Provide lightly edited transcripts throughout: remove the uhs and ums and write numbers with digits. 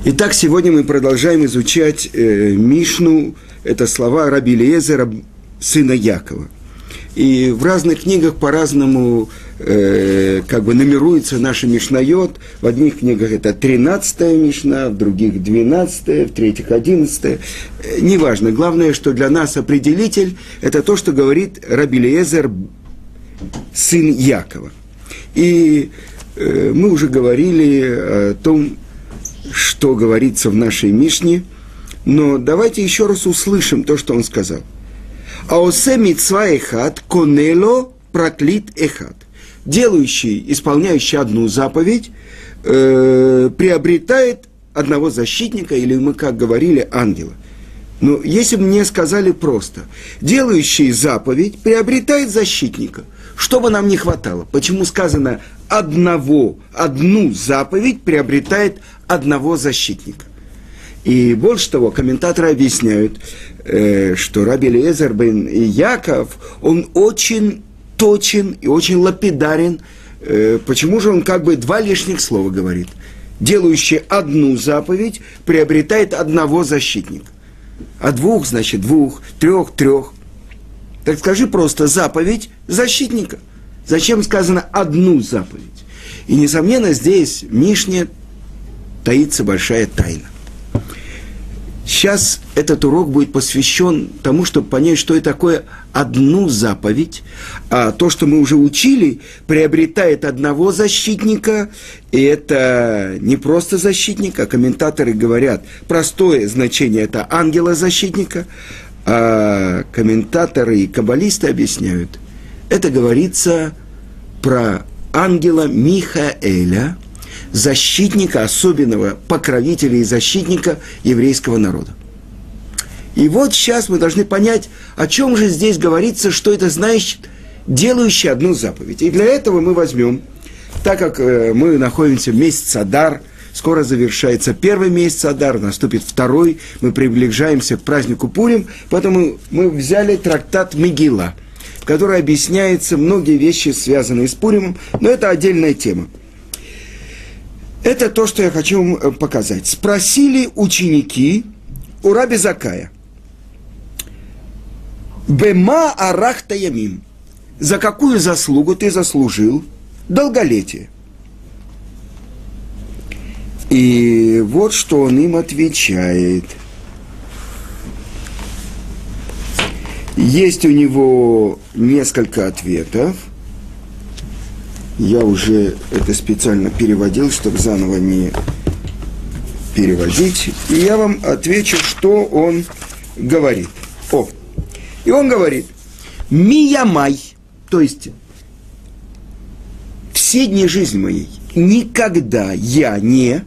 Итак, сегодня мы продолжаем изучать Мишну, это слова раби Элиэзера, сына Якова. И в разных книгах по-разному нумеруется наша Мишнайот. В одних книгах это 13-я Мишна, в других 12-я, в третьих 11-я. Неважно. Главное, что для нас определитель – это то, что говорит раби Элиэзер, сын Якова. И мы уже говорили о том, что говорится в нашей Мишне, но давайте еще раз услышим то, что он сказал. «Аосе мицва эхад, конело проклит эхад». Делающий, исполняющий одну заповедь, приобретает одного защитника, или мы, как говорили, ангела. Но если бы мне сказали просто, делающий заповедь приобретает защитника, что бы нам не хватало? Почему сказано одну заповедь приобретает одного защитника? И больше того, комментаторы объясняют, что раби Элиэзер бен Яков, он очень точен и очень лапидарен. Почему же он как бы два лишних слова говорит? Делающий одну заповедь приобретает одного защитника. А двух, значит, двух, трех. Так скажи просто заповедь защитника. Зачем сказано одну заповедь? И, несомненно, здесь в Мишне таится большая тайна. Сейчас этот урок будет посвящен тому, чтобы понять, что это такое одну заповедь. А то, что мы уже учили, приобретает одного защитника. И это не просто защитник, а комментаторы говорят, простое значение – это ангела-защитника. А комментаторы и каббалисты объясняют, это говорится про ангела Михаэля, защитника, особенного покровителя и защитника еврейского народа. И вот сейчас мы должны понять, о чем же здесь говорится, что это значит, делающий одну заповедь. И для этого мы возьмем, так как мы находимся в месяц Адар, скоро завершается первый месяц Адар, наступит второй, мы приближаемся к празднику Пурим, поэтому мы взяли трактат Мегилла, в которой объясняются многие вещи, связанные с Пуримом, но это отдельная тема. Это то, что я хочу вам показать. Спросили ученики у раби Заккая: «Бема арахта ямим» – за какую заслугу ты заслужил долголетие? И вот что он им отвечает. Есть у него несколько ответов. Я уже это специально переводил, чтобы заново не переводить. И я вам отвечу, что он говорит. И он говорит: «Миямай», то есть все дни жизни моей, никогда я не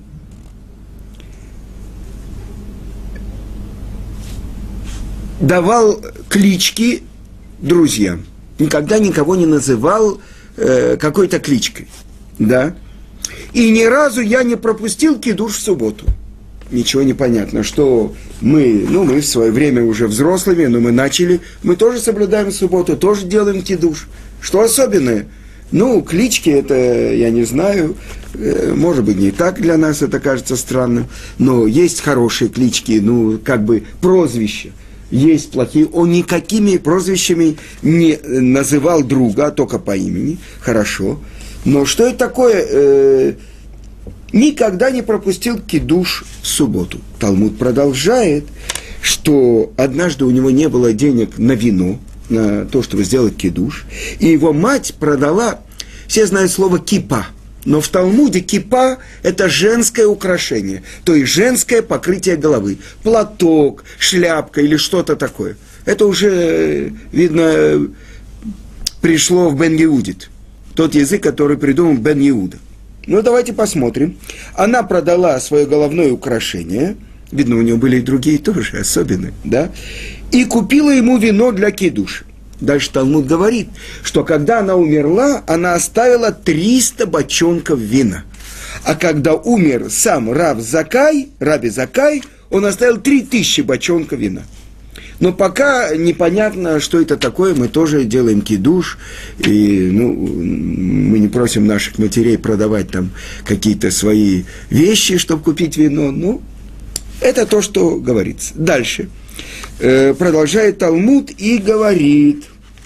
давал клички друзьям, никогда никого не называл какой-то кличкой, да, и ни разу я не пропустил кидуш в субботу». Ничего не понятно, что мы в свое время уже взрослыми, но мы тоже соблюдаем субботу, тоже делаем кидуш. Что особенное? Клички это, я не знаю, может быть, не так для нас это кажется странным, но есть хорошие клички, прозвища. Есть плохие. Он никакими прозвищами не называл друга, а только по имени. Хорошо. Но что это такое? Никогда не пропустил кидуш в субботу. Талмуд продолжает, что однажды у него не было денег на вино, на то, чтобы сделать кидуш, и его мать продала, все знают слово кипа, но в Талмуде кипа – это женское украшение, то есть женское покрытие головы, платок, шляпка или что-то такое. Это уже, видно, пришло в Бен Иудит, тот язык, который придумал Бен Иуда. Давайте посмотрим. Она продала свое головное украшение, видно, у нее были и другие тоже особенные, да, и купила ему вино для кидуша. Дальше Талмуд говорит, что когда она умерла, она оставила 300 бочонков вина. А когда умер сам раби Заккай, он оставил 3000 бочонков вина. Но пока непонятно, что это такое, мы тоже делаем кидуш, и мы не просим наших матерей продавать там какие-то свои вещи, чтобы купить вино. Это то, что говорится. Дальше. Продолжает Талмуд и говорит: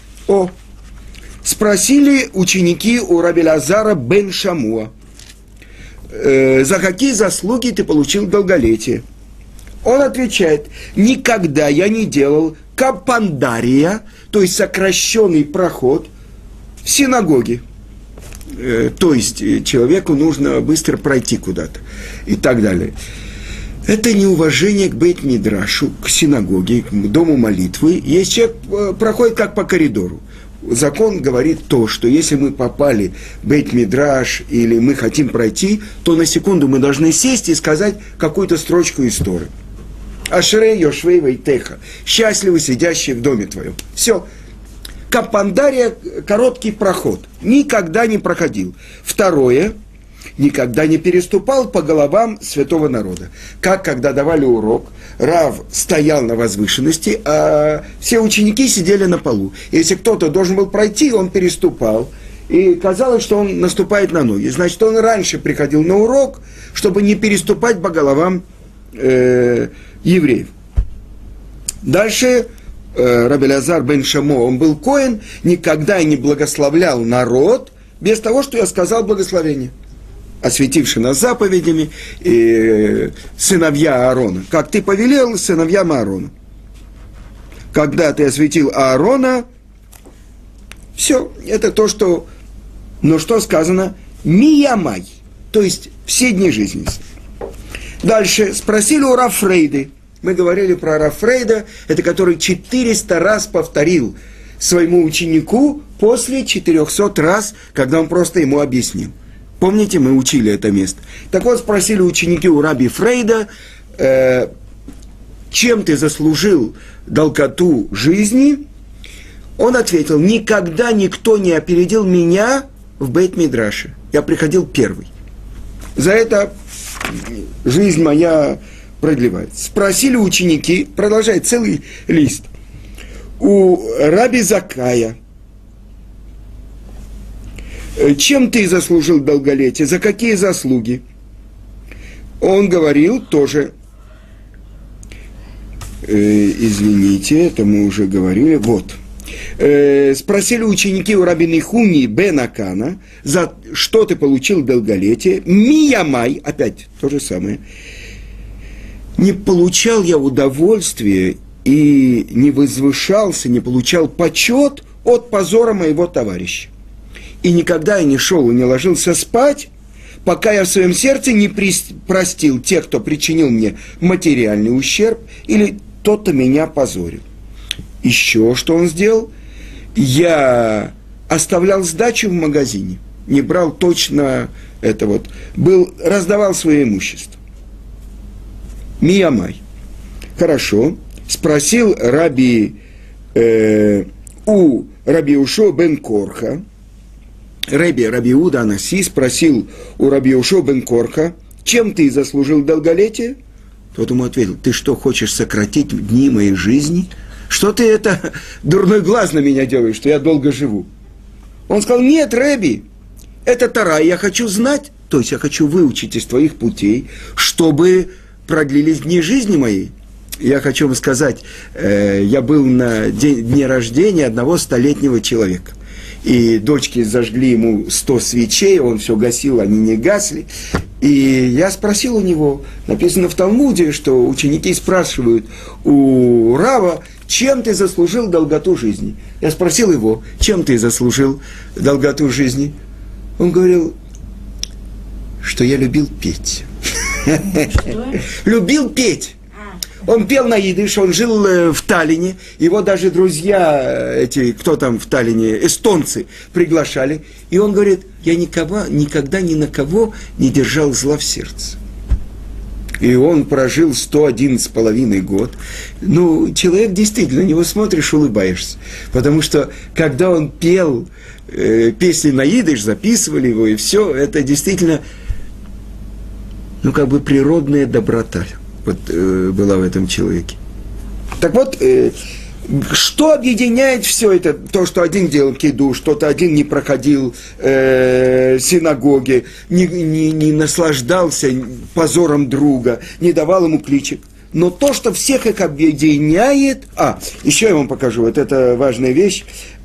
спросили ученики у раби Элазара бен Шамуа, за какие заслуги ты получил долголетие? Он отвечает: никогда я не делал капандария, то есть сокращенный проход в синагоге. То есть человеку нужно быстро пройти куда-то и так далее. Это неуважение к бейт-мидрашу, к синагоге, к дому молитвы. Если человек проходит как по коридору. Закон говорит то, что если мы попали в бейт-мидраш или мы хотим пройти, то на секунду мы должны сесть и сказать какую-то строчку из Торы. Ашрей Йошвей Вейтеха. Счастливы, сидящие в доме твоем. Все. Капандария, короткий проход. Никогда не проходил. Второе. Никогда не переступал по головам святого народа. Как когда давали урок, Рав стоял на возвышенности, а все ученики сидели на полу. Если кто-то должен был пройти, он переступал. И казалось, что он наступает на ноги. Значит, он раньше приходил на урок, чтобы не переступать по головам евреев. Дальше раби Элазар бен Шамуа, он был коэн, никогда не благословлял народ без того, что я сказал благословение, осветивший нас заповедями, сыновья Аарона. Как ты повелел сыновьям Аарона. Когда ты осветил Аарона, все, это то, что... Но что сказано? Миямай, то есть все дни жизни. Дальше спросили у Рав Фрейды. Мы говорили про Рав Фрейда, это который 400 раз повторил своему ученику после 400 раз, когда он просто ему объяснил. Помните, мы учили это место. Так вот, спросили ученики у раби Фрейда, чем ты заслужил долготу жизни? Он ответил: никогда никто не опередил меня в бейт-мидраше. Я приходил первый. За это жизнь моя продлевается. Спросили ученики, продолжает целый лист, у раби Закая: чем ты заслужил долголетие, за какие заслуги? Он говорил тоже, извините, это мы уже говорили, спросили ученики у раби Нихуни бен Акана, за что ты получил долголетие? Миямай, опять то же самое. Не получал я удовольствия и не возвышался, не получал почет от позора моего товарища. И никогда я не шел и не ложился спать, пока я в своем сердце не простил тех, кто причинил мне материальный ущерб, или тот, кто меня позорил. Еще что он сделал? Я оставлял сдачу в магазине, не брал точно это раздавал свое имущество. Миямай. Хорошо. Спросил раби Ушо бен Корха, раби Иуда Анаси спросил у раби Ушо бен Корха: чем ты заслужил долголетие? Тот ему ответил: ты что, хочешь сократить дни моей жизни? Что ты это дурной глаз на меня делаешь, что я долго живу? Он сказал: нет, раби, это Тора, я хочу знать, то есть я хочу выучить из твоих путей, чтобы продлились дни жизни моей. Я хочу вам сказать, я был на дне рождения одного 100-летнего человека. И дочки зажгли ему 100 свечей, он все гасил, они не гасли. И я спросил у него, написано в Талмуде, что ученики спрашивают у Рава: чем ты заслужил долготу жизни? Я спросил его: чем ты заслужил долготу жизни? Он говорил, что я любил петь. Любил петь. Он пел на идиш, он жил в Таллине, его даже друзья, кто там в Таллине, эстонцы, приглашали. И он говорит: я никогда ни на кого не держал зла в сердце. И он прожил 101,5 год. Человек действительно, на него смотришь, улыбаешься. Потому что, когда он пел песни на идиш, записывали его, и все, это действительно, природная доброта была в этом человеке. Так вот, что объединяет все это? То, что один делал киду, что-то один не проходил синагоги, не наслаждался позором друга, не давал ему кличек. Но то, что всех их объединяет... еще я вам покажу, вот это важная вещь.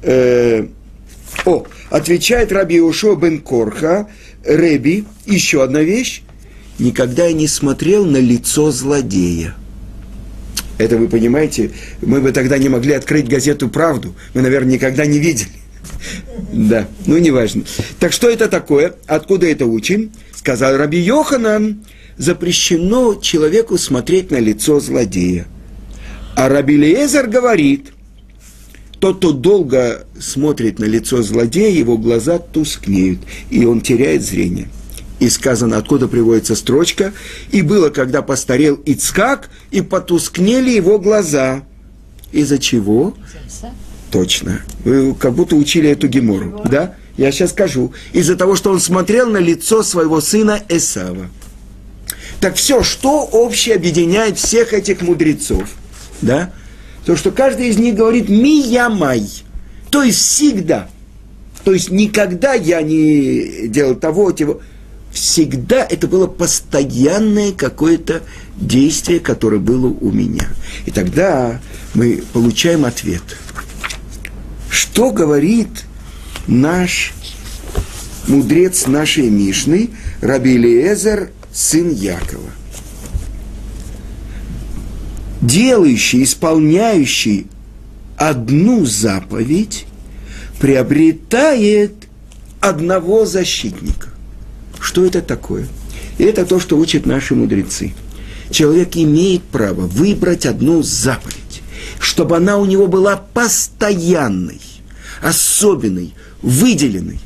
Отвечает Раби Йошуа бен Корха, Реби, еще одна вещь. Никогда я не смотрел на лицо злодея. Это вы понимаете, мы бы тогда не могли открыть газету «Правду». Мы, наверное, никогда не видели. Да, неважно. Так что это такое? Откуда это учим? Сказал Раби Йоханан, запрещено человеку смотреть на лицо злодея. А Раби Элиэзер говорит, тот, кто долго смотрит на лицо злодея, его глаза тускнеют, и он теряет зрение. И сказано, откуда приводится строчка, и было, когда постарел Ицхак, и потускнели его глаза. Из-за чего? Точно. Вы как будто учили эту гемору. Да? Я сейчас скажу. Из-за того, что он смотрел на лицо своего сына Эсава. Так все, что общее объединяет всех этих мудрецов? Да? То, что каждый из них говорит «миямай», то есть всегда. То есть никогда я не делал того, того. Всегда это было постоянное какое-то действие, которое было у меня. И тогда мы получаем ответ. Что говорит наш мудрец нашей Мишны, Раби Элиэзер, сын Якова? Делающий, исполняющий одну заповедь, приобретает одного защитника. Что это такое? Это то, что учат наши мудрецы. Человек имеет право выбрать одну заповедь, чтобы она у него была постоянной, особенной, выделенной.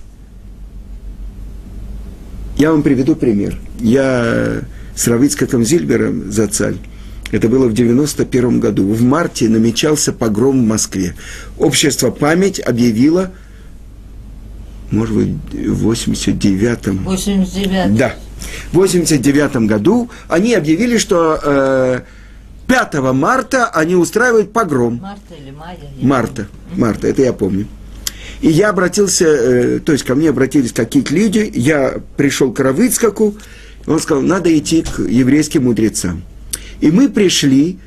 Я вам приведу пример. Я с Рав Ицхаком Зильбером Зацаль, это было в 91 году, в марте намечался погром в Москве. Общество «Память» объявило, может быть, в 89-м... 89-м. Да. В 89-м году они объявили, что 5 марта они устраивают погром. Марта или мая? Марта, это я помню. И я обратился, то есть ко мне обратились какие-то люди, я пришел к Рав Ицхаку, он сказал, надо идти к еврейским мудрецам. И мы пришли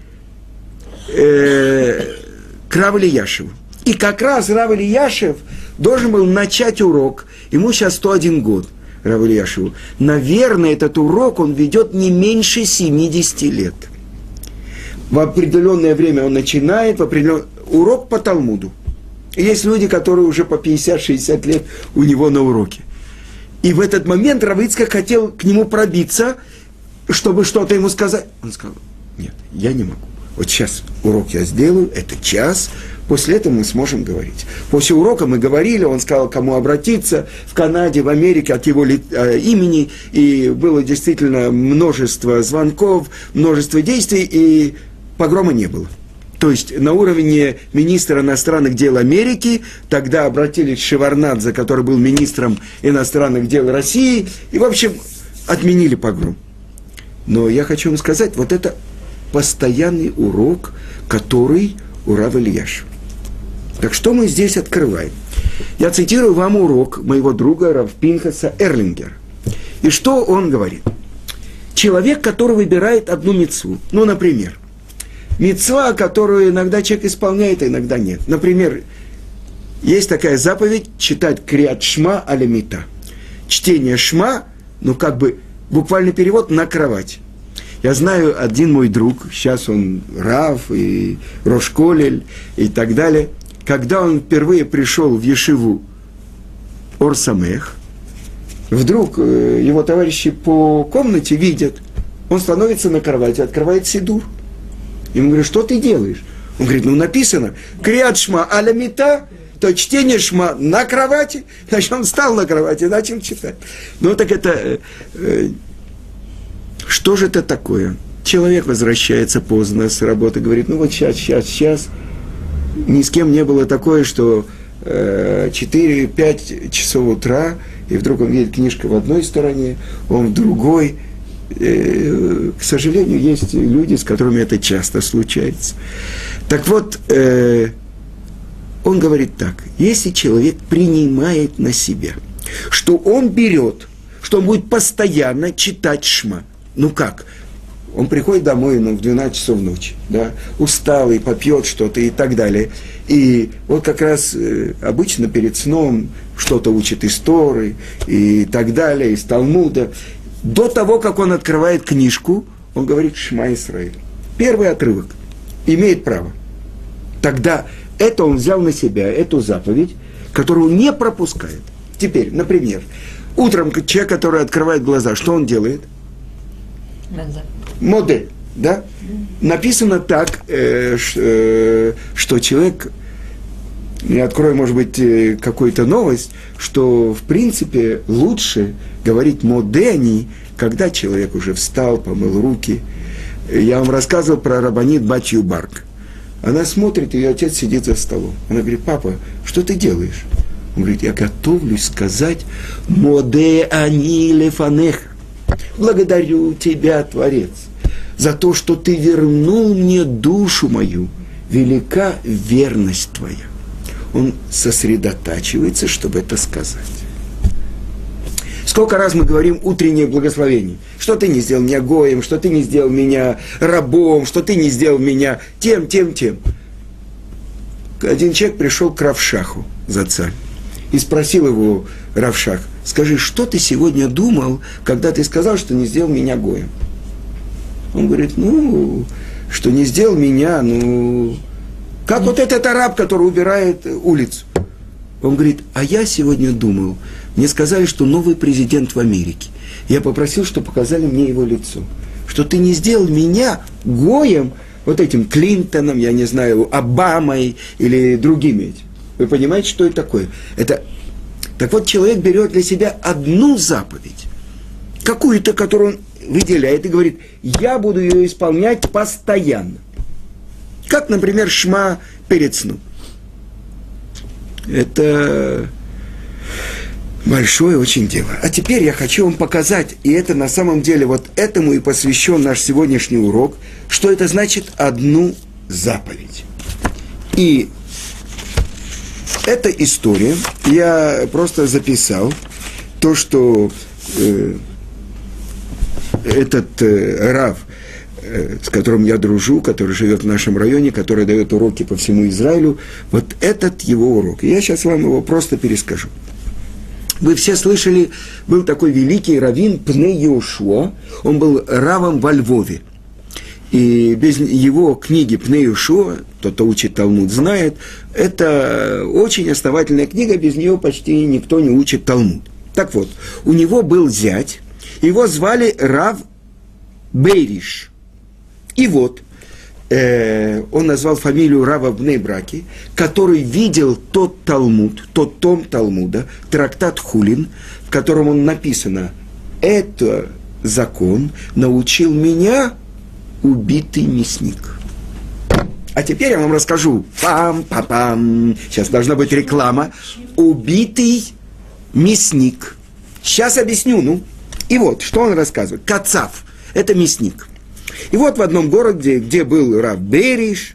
к Раву Элияшеву. И как раз Рав Элияшев должен был начать урок. Ему сейчас 101 год, Раву Элияшеву. Наверное, этот урок он ведет не меньше 70 лет. В определенное время он начинает, урок по Талмуду. И есть люди, которые уже по 50-60 лет у него на уроке. И в этот момент Рав Ицхак хотел к нему пробиться, чтобы что-то ему сказать. Он сказал, нет, я не могу. Вот сейчас урок я сделаю, это час, после этого мы сможем говорить. После урока мы говорили, он сказал, кому обратиться, в Канаде, в Америке от его имени, и было действительно множество звонков, множество действий, и погрома не было. То есть на уровне министра иностранных дел Америки, тогда обратились к Шеварднадзе, который был министром иностранных дел России, и, в общем, отменили погром. Но я хочу вам сказать, вот это постоянный урок, который у Рава Элияшева. Так что мы здесь открываем? Я цитирую вам урок моего друга Рав Пинхаса Эрлингера. И что он говорит? Человек, который выбирает одну мицву, например, мицва, которую иногда человек исполняет, а иногда нет. Например, есть такая заповедь читать Криат Шма аля мита. Чтение Шма, буквальный перевод, на кровать. Я знаю, один мой друг, сейчас он Рав и Рош Колель и так далее, когда он впервые пришел в ешиву Ор Самех, вдруг его товарищи по комнате видят, он становится на кровати, открывает сидур. Ему говорят, что ты делаешь? Он говорит, написано, Криат Шма аля мита, то чтение Шма на кровати. Значит, он встал на кровати и начал читать. Так это... Что же это такое? Человек возвращается поздно с работы, говорит, сейчас. Ни с кем не было такое, что 4-5 часов утра, и вдруг он видит книжку в одной стороне, он в другой, К сожалению, есть люди, с которыми это часто случается. Так вот, он говорит так: если человек принимает на себя, что он берет, что он будет постоянно читать Шма. Ну как? Он приходит домой в 12 часов ночи, да, усталый, попьет что-то и так далее. И вот как раз обычно перед сном что-то учит из Торы и так далее, из Талмуда. До того, как он открывает книжку, он говорит «Шма Исраэль». Первый отрывок. Имеет право. Тогда это он взял на себя, эту заповедь, которую не пропускает. Теперь, например, утром человек, который открывает глаза, что он делает? Модель, да? Написано так, что человек, я открою, может быть, какую-то новость, что, в принципе, лучше говорить «модени», когда человек уже встал, помыл руки. Я вам рассказывал про рабанит Батью Барк. Она смотрит, ее отец сидит за столом. Она говорит: папа, что ты делаешь? Он говорит: я готовлюсь сказать «модени лефанех». Благодарю тебя, Творец, за то, что ты вернул мне душу мою. Велика верность твоя. Он сосредотачивается, чтобы это сказать. Сколько раз мы говорим утреннее благословение? Что ты не сделал меня гоем, что ты не сделал меня рабом, что ты не сделал меня тем. Один человек пришел к Равшаху, Зацаль, и спросил его: Равшах, скажи, что ты сегодня думал, когда ты сказал, что не сделал меня гоем? Он говорит: что не сделал меня, как вот этот араб, который убирает улицу. Он говорит: а я сегодня думал, мне сказали, что новый президент в Америке. Я попросил, чтобы показали мне его лицо. Что ты не сделал меня гоем, вот этим Клинтоном, я не знаю, Обамой или другими этим. Вы понимаете, что это такое? Так вот, человек берет для себя одну заповедь, какую-то, которую он выделяет и говорит: я буду ее исполнять постоянно. Как, например, Шма перед сном. Это большое очень дело. А теперь я хочу вам показать, и это на самом деле вот этому и посвящен наш сегодняшний урок, что это значит одну заповедь. И эта история, я просто записал то, что этот Рав, с которым я дружу, который живет в нашем районе, который дает уроки по всему Израилю, вот этот его урок. И я сейчас вам его просто перескажу. Вы все слышали, был такой великий раввин Пней Йошуа, он был равом во Львове. И без его книги Пней Йошуа, тот, кто учит Талмуд, знает, это очень основательная книга, без нее почти никто не учит Талмуд. Так вот, у него был зять, его звали Рав Бейриш. И вот, он назвал фамилию Рава в Бней-Браке, который видел тот Талмуд, тот том Талмуда, трактат Хулин, в котором он написано: «Это закон научил меня убитый мясник». А теперь я вам расскажу. Пам-пам-пам. Сейчас должна быть реклама. Убитый мясник. Сейчас объясню, И вот, что он рассказывает. Кацав. Это мясник. И вот в одном городе, где был Рав Бейриш,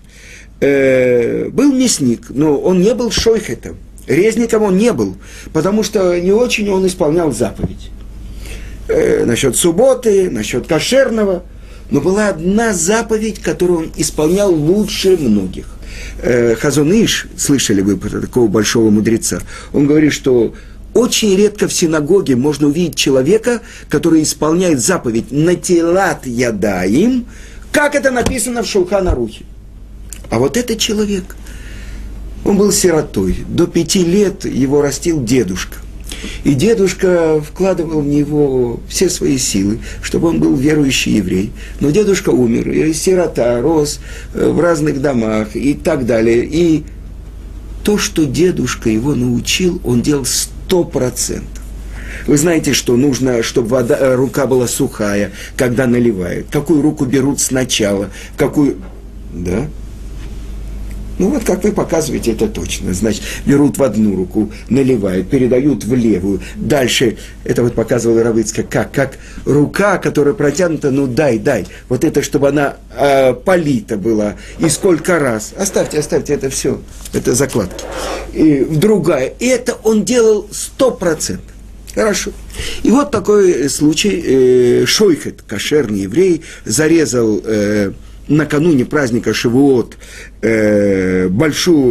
был мясник, но он не был шойхетом, резником он не был, потому что не очень он исполнял заповедь. Насчет субботы, насчет кошерного, но была одна заповедь, которую он исполнял лучше многих. Хазон Иш, слышали вы про такого большого мудреца, он говорит, что очень редко в синагоге можно увидеть человека, который исполняет заповедь «Натилат ядаим», как это написано в Шулхан Арухе. А вот этот человек, он был сиротой. До 5 лет его растил дедушка. И дедушка вкладывал в него все свои силы, чтобы он был верующий еврей. Но дедушка умер, и сирота рос в разных домах и так далее. И то, что дедушка его научил, он делал 100%. Вы знаете, что нужно, чтобы рука была сухая, когда наливают. Какую руку берут сначала, какую... Да? Ну вот как вы показываете, это точно. Значит, берут в одну руку, наливают, передают в левую. Дальше, это вот показывал Рав Ицхак, как рука, которая протянута, ну дай. Вот это, чтобы она полита была. И сколько раз. Оставьте это все. Это закладки. И другая. И это он делал 100%. Хорошо. И вот такой случай. Шойхет, кошерный еврей, зарезал накануне праздника Шавуот большую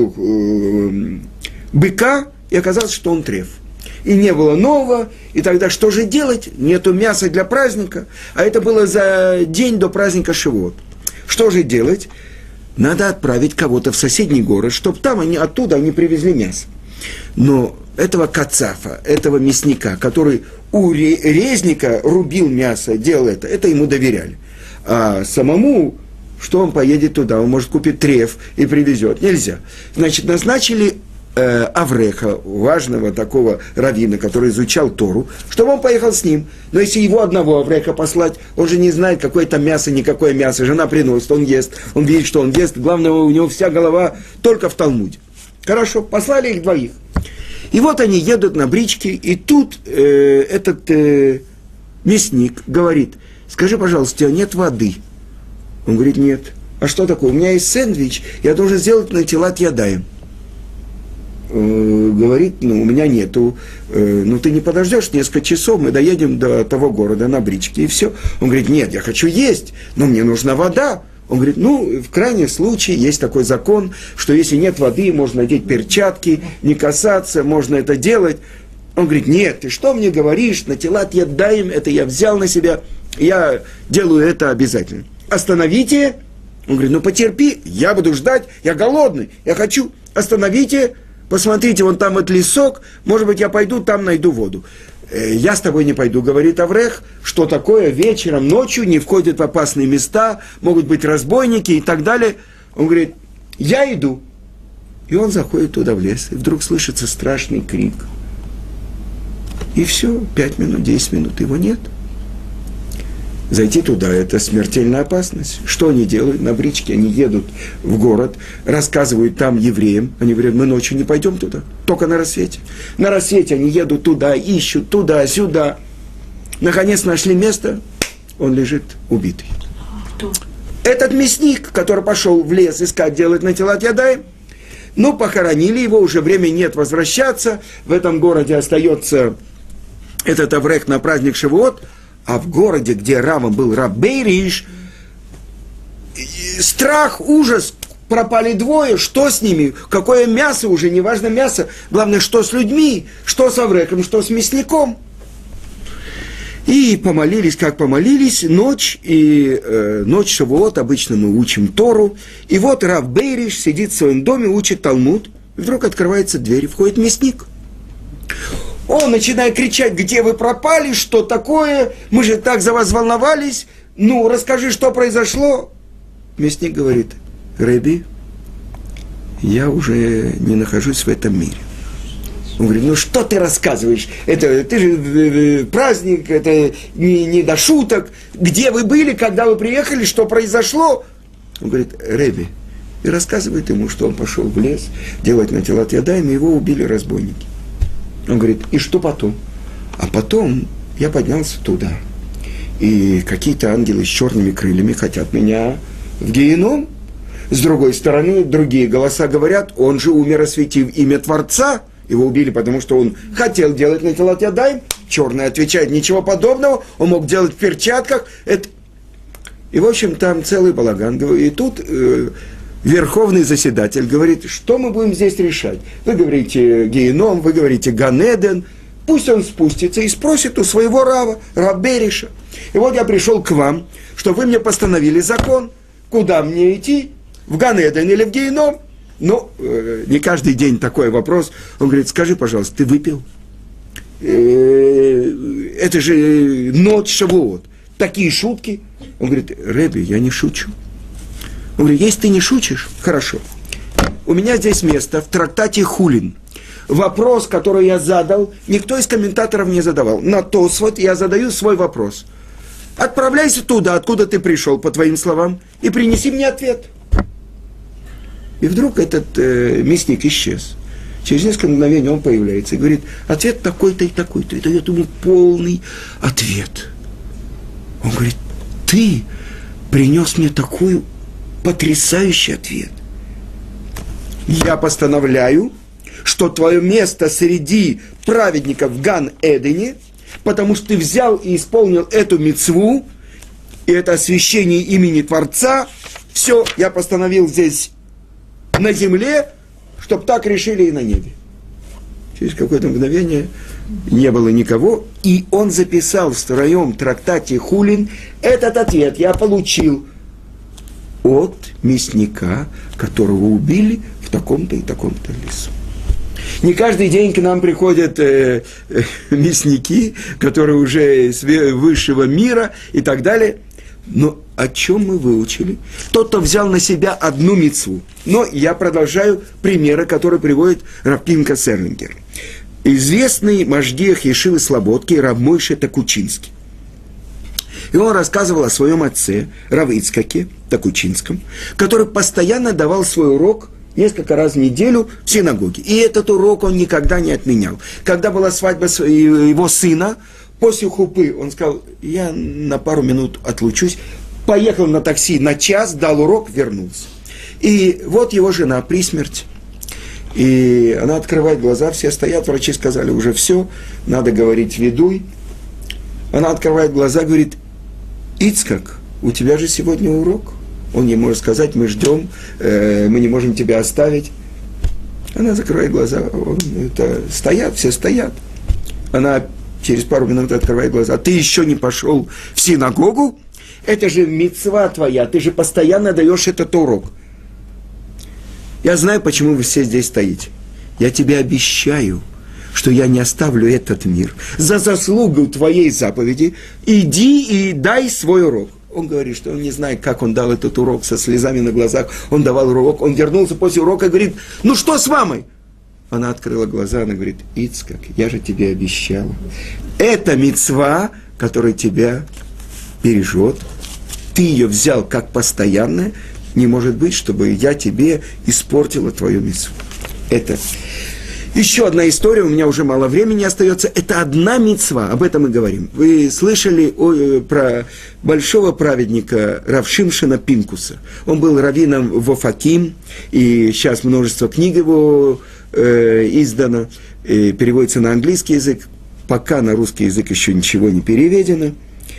быка, и оказалось, что он треф. И не было нового, и тогда что же делать? Нету мяса для праздника, а это было за день до праздника Шавуот. Что же делать? Надо отправить кого-то в соседний город, чтобы там оттуда они привезли мясо. Но этого кацафа, этого мясника, который у резника рубил мясо, делал это ему доверяли. А самому, что он поедет туда, он может купить треф и привезет. Нельзя. Значит, назначили Авреха, важного такого раввина, который изучал Тору, чтобы он поехал с ним. Но если его одного Авреха послать, он же не знает, какое там мясо, никакое мясо. Жена приносит, он ест, он видит, что он ест. Главное, у него вся голова только в Талмуде. Хорошо, послали их двоих. И вот они едут на бричке, и тут этот мясник говорит: скажи, пожалуйста, у тебя нет воды? Он говорит: нет. А что такое? У меня есть сэндвич, я должен сделать натилат ядаем. Говорит: у меня нету. Ты не подождешь несколько часов, мы доедем до того города на бричке, и все. Он говорит: нет, я хочу есть, но мне нужна вода. Он говорит: в крайнем случае есть такой закон, что если нет воды, можно надеть перчатки, не касаться, можно это делать. Он говорит: нет, ты что мне говоришь, натилат ядаем, это я взял на себя, я делаю это обязательно. Остановите. Он говорит: потерпи, я буду ждать, я голодный, я хочу. Остановите, посмотрите, вон там вот лесок, может быть, я пойду, там найду воду. Я с тобой не пойду, говорит Аврех, что такое вечером, ночью, не входят в опасные места, могут быть разбойники и так далее. Он говорит: я иду. И он заходит туда в лес, и вдруг слышится страшный крик. И все, 5 минут, 10 минут, его нет. Зайти туда – это смертельная опасность. Что они делают? На бричке они едут в город, рассказывают там евреям. Они говорят: мы ночью не пойдем туда, только на рассвете. На рассвете они едут туда, ищут туда-сюда. Наконец нашли место, он лежит убитый. Кто? Этот мясник, который пошел в лес искать, делать натилат ядаем. Похоронили его, уже времени нет возвращаться. В этом городе остается этот Аврех на праздник Шавуот. А в городе, где равом был рав Бейриш, страх, ужас, пропали двое, что с ними, какое мясо уже, неважно мясо, главное, что с людьми, что с Аврехом, что с мясником. И помолились, как помолились, ночь Шавуот, обычно мы учим Тору, и вот рав Бейриш сидит в своем доме, учит Талмуд, и вдруг открывается дверь, входит мясник. Он начинает кричать: где вы пропали, что такое, мы же так за вас волновались, расскажи, что произошло. Мясник говорит: Рэби, я уже не нахожусь в этом мире. Он говорит: что ты рассказываешь, ты же праздник, это не до шуток, где вы были, когда вы приехали, что произошло. Он говорит: Рэби, и рассказывает ему, что он пошел в лес делать натилат ядаем, и его убили разбойники. Он говорит: и что потом? А потом я поднялся туда, и какие-то ангелы с черными крыльями хотят меня в гееном. С другой стороны, другие голоса говорят: он же умер, осветив имя Творца. Его убили, потому что он хотел делать натилат ядаем. Черный отвечает: ничего подобного, он мог делать в перчатках. И, в общем, там целый балаган. И тут верховный заседатель говорит: что мы будем здесь решать? Вы говорите гееном, вы говорите Ганеден. Пусть он спустится и спросит у своего рава Бериша. И вот я пришел к вам, чтобы вы мне постановили закон, куда мне идти, в Ганеден или в гееном. Не каждый день такой вопрос. Он говорит: скажи, пожалуйста, ты выпил? Это же ночь Шавуот. Такие шутки. Он говорит: Рэби, я не шучу. Он говорит: если ты не шутишь, хорошо. У меня здесь место в трактате Хулин. Вопрос, который я задал, никто из комментаторов не задавал. На Тосфот я задаю свой вопрос. Отправляйся туда, откуда ты пришел, по твоим словам, и принеси мне ответ. И вдруг этот мясник исчез. Через несколько мгновений он появляется и говорит, ответ такой-то и такой-то. И дает ему полный ответ. Он говорит, ты принес мне такой потрясающий ответ. Я постановляю, что твое место среди праведников в Ган-Эдене, потому что ты взял и исполнил эту мицву, и это освящение имени Творца. Все, я постановил здесь на земле, чтобы так решили и на небе. Через какое-то мгновение не было никого, и он записал в своем трактате Хулин этот ответ я получил от мясника, которого убили в таком-то и таком-то лесу. Не каждый день к нам приходят мясники, которые уже из высшего мира и так далее. Но о чем мы выучили? Тот, кто взял на себя одну мицву. Но я продолжаю примеры, которые приводит Рав Пинхас Эрлингер. Известный мажгиах Ешивы Слободки Рав Мойше Такучинский. И он рассказывал о своем отце, Рав Ицхаке Такучинском, который постоянно давал свой урок несколько раз в неделю в синагоге. И этот урок он никогда не отменял. Когда была свадьба его сына, после хупы он сказал, я на пару минут отлучусь, поехал на такси на час, дал урок, вернулся. И вот его жена при смерти. И она открывает глаза, все стоят, врачи сказали, уже все, надо говорить ведуй. Она открывает глаза, говорит, Ицхак, у тебя же сегодня урок. Он ей может сказать, мы ждем, мы не можем тебя оставить. Она закрывает глаза, стоят, все стоят. Она через пару минут открывает глаза. Ты еще не пошел в синагогу? Это же мицва твоя, ты же постоянно даешь этот урок. Я знаю, почему вы все здесь стоите. Я тебе обещаю, что я не оставлю этот мир. За заслугу твоей заповеди иди и дай свой урок. Он говорит, что он не знает, как он дал этот урок со слезами на глазах. Он давал урок, он вернулся после урока и говорит, ну что с мамой? Она открыла глаза, она говорит, Ицхак, я же тебе обещала. Это мицва, которая тебя бережет. Ты ее взял как постоянное. Не может быть, чтобы я тебе испортила твою мицву. Это еще одна история, у меня уже мало времени остается. Это одна мицва, об этом мы говорим. Вы слышали про большого праведника Рав Шимшона Пинкуса. Он был раввином в Офаким, и сейчас множество книг его издано, переводится на английский язык. Пока на русский язык еще ничего не переведено.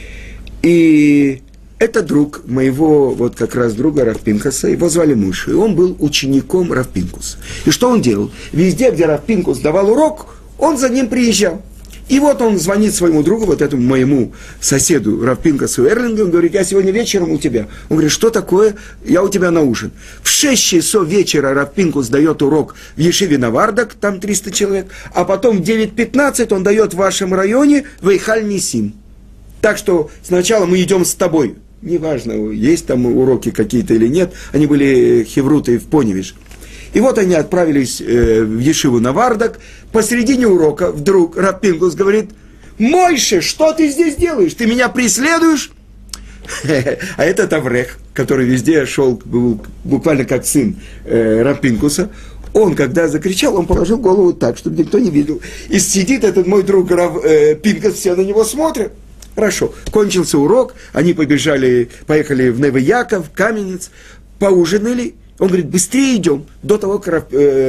И это друг моего, вот как раз друга Рав Пинхаса, его звали Муша, и он был учеником Рав Пинкуса. И что он делал? Везде, где Рав Пинкус давал урок, он за ним приезжал. И вот он звонит своему другу, вот этому моему соседу Рав Пинхасу Эрлингу, он говорит, я сегодня вечером у тебя. Он говорит, что такое? Я у тебя на ужин. В 6 часов вечера Рав Пинкус дает урок в Ешиве Навардак, там 300 человек, а потом в 9:15 он дает в вашем районе в Эйхаль Нисим. Так что сначала мы идем с тобой. Неважно, есть там уроки какие-то или нет, они были хевруты в Поневиш. И вот они отправились в Ешиву Навардак. Посередине урока вдруг Рав Пинкус говорит, Мойше, что ты здесь делаешь? Ты меня преследуешь? А этот Аврех, который везде шел, был буквально как сын Рав Пинкуса, он, когда закричал, он положил голову так, чтобы никто не видел. И сидит этот мой друг Рав Пинкус, все на него смотрят. Хорошо, кончился урок, они поехали в Неве-Яков, Каменец, поужинали. Он говорит, быстрее идем, до того, как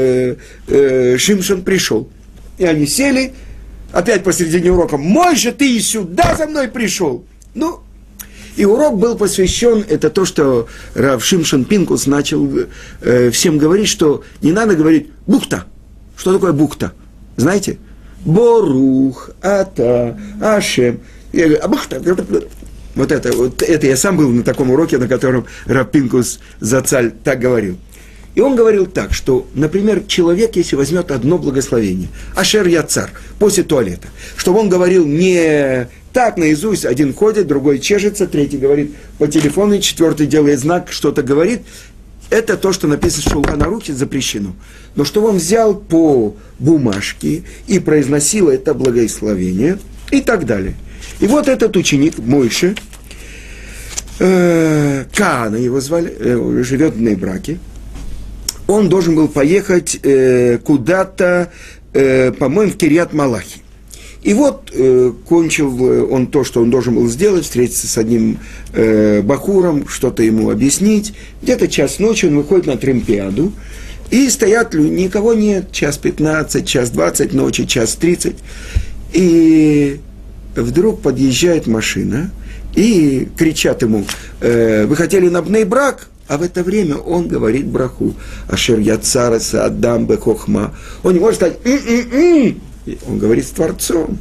Шимшон пришел. И они сели, опять посередине урока, мой же ты и сюда за мной пришел. Ну, и урок был посвящен, это то, что Рав Шимшон Пинкус начал всем говорить, что не надо говорить бухта. Что такое бухта? Знаете? Борух, Ата, Ашем. Я говорю, вот это я сам был на таком уроке, на котором Рав Пинкус Зацаль так говорил. И он говорил так, что, например, человек, если возьмет одно благословение, Ашер Яцар, после туалета, чтобы он говорил не так наизусть, один ходит, другой чешется, третий говорит по телефону, четвертый делает знак, что-то говорит, это то, что написано в Шулхан Арухе, запрещено. Но чтобы он взял по бумажке и произносил это благословение и так далее. И вот этот ученик, Мойше, Каана его звали, живет в Нейбраке, он должен был поехать куда-то, по-моему, в Кирьят-Малахи. И вот кончил он то, что он должен был сделать, встретиться с одним бахуром, что-то ему объяснить. Где-то час ночи он выходит на Тремпиаду, и стоят люди, никого нет, час 15, час 20 ночи, час 30. И вдруг подъезжает машина, и кричат ему: вы хотели на Бней-Брак? А в это время он говорит браху. Ашер яцараса адам бе хохма. Он не может сказать Он говорит с Творцом.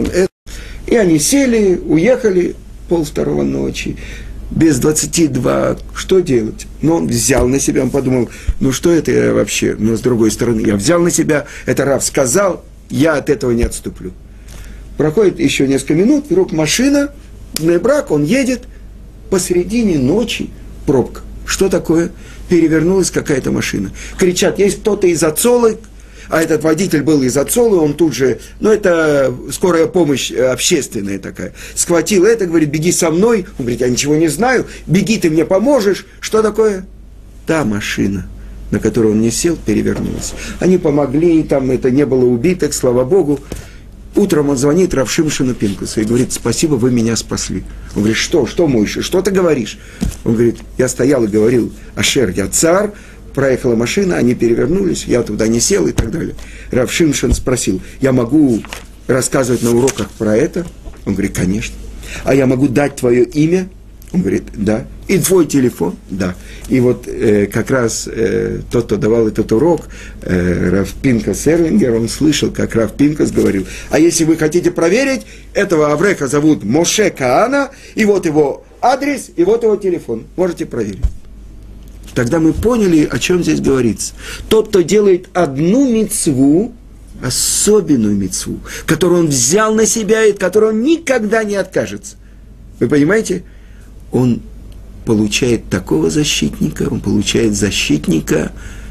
И они сели, уехали 1:30 ночи. Без 22, что делать? Но он взял на себя, он подумал, что это я вообще? Но с другой стороны, я взял на себя, это Рав сказал, я от этого не отступлю. Проходит еще несколько минут, вдруг машина, Бней-Брак, он едет, посредине ночи пробка. Что такое? Перевернулась какая-то машина. Кричат, есть кто-то из Ацолы, а этот водитель был из Ацолы, он тут же, это скорая помощь общественная такая, схватил это, говорит, беги со мной. Он говорит, я ничего не знаю, беги, ты мне поможешь. Что такое? Та машина, на которую он не сел, перевернулась. Они помогли, там это не было убитых, слава Богу. Утром он звонит Рав Шимшону Пинкусу и говорит, спасибо, вы меня спасли. Он говорит, что Мойша, что ты говоришь? Он говорит, я стоял и говорил, Ашер яцар, проехала машина, они перевернулись, я туда не сел и так далее. Рав Шимшон спросил, я могу рассказывать на уроках про это? Он говорит, конечно. А я могу дать твое имя? Он говорит, да. И твой телефон? Да. И вот как раз тот, кто давал этот урок, Рав Пинкас Эрлингер, он слышал, как Рав Пинкас говорил, а если вы хотите проверить, этого Авреха зовут Моше Каана, и вот его адрес, и вот его телефон. Можете проверить. Тогда мы поняли, о чем здесь говорится. Тот, кто делает одну мицву, особенную мицву, которую он взял на себя и от которой он никогда не откажется. Вы понимаете? Он получает такого защитника, он получает защитника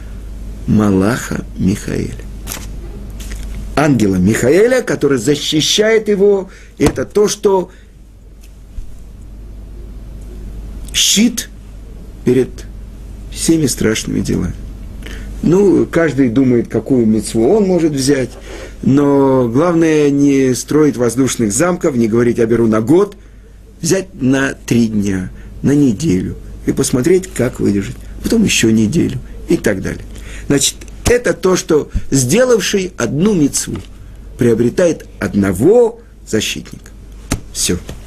Малаха Михаэля. Ангела Михаэля, который защищает его, и это то, что щит перед всеми страшными делами. Каждый думает, какую мицву он может взять, но главное не строить воздушных замков, не говорить, я беру на год, взять на 3 дня, на неделю, и посмотреть, как выдержать, потом еще неделю, и так далее. Значит, это то, что сделавший одну мицву приобретает одного защитника. Все.